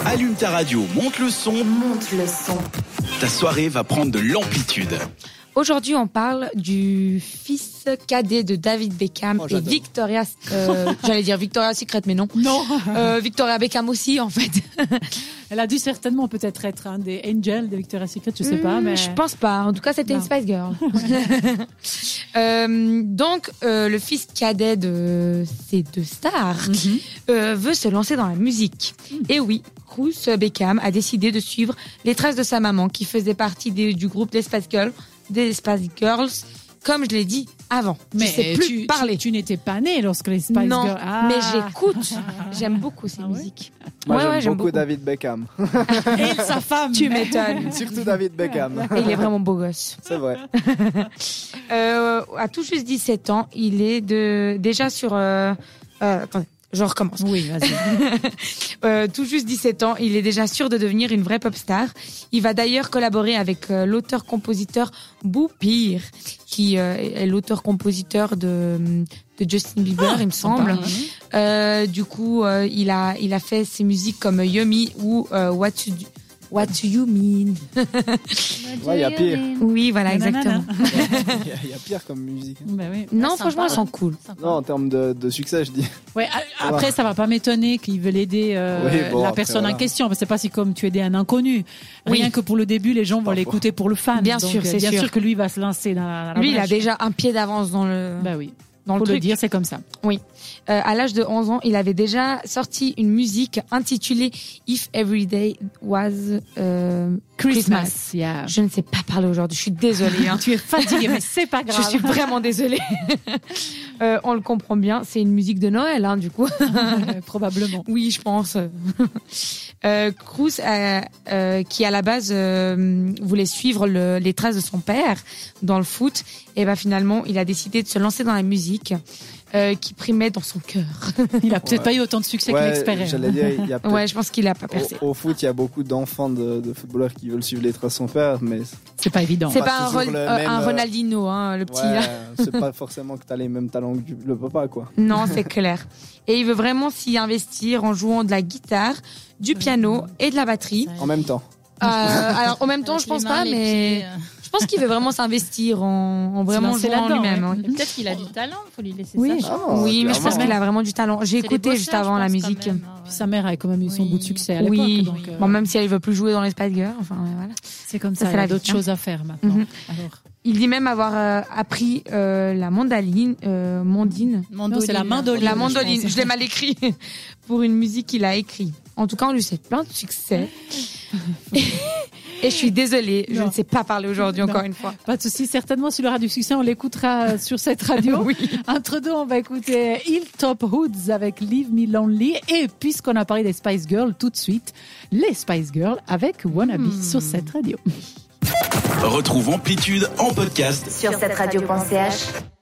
Allume ta radio, monte le son. Monte le son. Ta soirée va prendre de l'amplitude. Aujourd'hui, on parle du fils cadet de David Beckham et Victoria. J'allais dire Victoria Secret, mais non. Non. Victoria Beckham aussi, en fait. Elle a dû certainement peut-être être un des Angels de Victoria's Secret, je sais pas. Mais... Je pense pas. En tout cas, c'était une Spice Girl. Donc, le fils cadet de ces deux stars veut se lancer dans la musique. Et oui, Cruz Beckham a décidé de suivre les traces de sa maman, qui faisait partie du groupe des Spice Girls, comme je l'ai dit avant. Mais je sais plus parler. Tu n'étais pas née lorsque les Spice Girls... Non, mais j'écoute. J'aime beaucoup ces musiques. Moi, j'aime beaucoup David Beckham. Et sa femme. Tu m'étonnes. Surtout David Beckham. Et il est vraiment beau gosse. C'est vrai. À tout juste 17 ans, il est déjà sur... attendez. Je recommence. Oui, vas-y. Tout juste 17 ans, il est déjà sûr de devenir une vraie pop star. Il va d'ailleurs collaborer avec l'auteur-compositeur Boo Peer, qui est l'auteur-compositeur de Justin Bieber, il me semble. Du coup, il a fait ses musiques comme Yummy ou What Do You Mean? Ouais, il y a pire. Oui, voilà, exactement. Il y a pire comme musique. Bah oui. Non, franchement, elles sont cool. Non, en termes de succès, je dis. Ouais, après, ça va pas m'étonner qu'ils veulent aider la personne en question. Parce que c'est pas si comme tu aidais un inconnu. Rien que pour le début, les gens vont l'écouter pour le fan. Bien Donc, sûr, c'est bien sûr. sûr que lui va se lancer dans la Lui, il a brèche. déjà un pied d'avance dans le... Bah oui. Dans le Faut truc. le dire, c'est comme ça. Oui. À l'âge de 11 ans, il avait déjà sorti une musique intitulée If Every Day Was Christmas. Yeah. Je ne sais pas parler aujourd'hui, je suis désolée. Tu es fatiguée, mais c'est pas grave. Je suis vraiment désolée. On le comprend bien, c'est une musique de Noël, hein, du coup. Probablement. Oui, je pense. Cruz, qui à la base voulait suivre les traces de son père dans le foot, et ben finalement, il a décidé de se lancer dans la musique. Qui primait dans son cœur. Il a peut-être pas eu autant de succès qu'il espérait. J'allais dire, il y a je pense qu'il a pas percé. Au foot, il y a beaucoup d'enfants de footballeurs qui veulent suivre les traces de son père, mais c'est pas évident. C'est pas un Ronaldinho, hein, le petit. Là. C'est pas forcément que t'as les mêmes talents que le papa, quoi. Non, c'est clair. Et il veut vraiment s'y investir en jouant de la guitare, du piano et de la batterie. En même temps. Alors, en même temps, je pense pas, mais je pense qu'il veut vraiment s'investir en vraiment jouant en lui-même. Ouais. Peut-être qu'il a du talent, faut lui laisser oui. sa chance. Oui, mais je pense qu'il a vraiment du talent. J'ai écouté juste avant la musique. Même, hein, Puis sa mère a quand même eu son bout de succès à l'époque. Oui, donc, bon, même si elle veut plus jouer dans les Spice Girls, enfin voilà. C'est comme ça, il y a d'autres choses à faire maintenant. Alors. Il dit même avoir appris la mandoline. Non, c'est la mandoline. La mandoline, je l'ai mal écrit. Pour une musique qu'il a écrite. En tout cas, on lui souhaite plein de succès. Et je suis désolée, je ne sais pas parler aujourd'hui encore une fois. Pas de souci, certainement s'il aura du succès, on l'écoutera sur cette radio. Oui. Entre deux, on va écouter Hilltop Hoods avec Leave Me Lonely. Et puisqu'on a parlé des Spice Girls, tout de suite, les Spice Girls avec Wannabe sur cette radio. Retrouve Amplitude en podcast Sur cette radio.ch.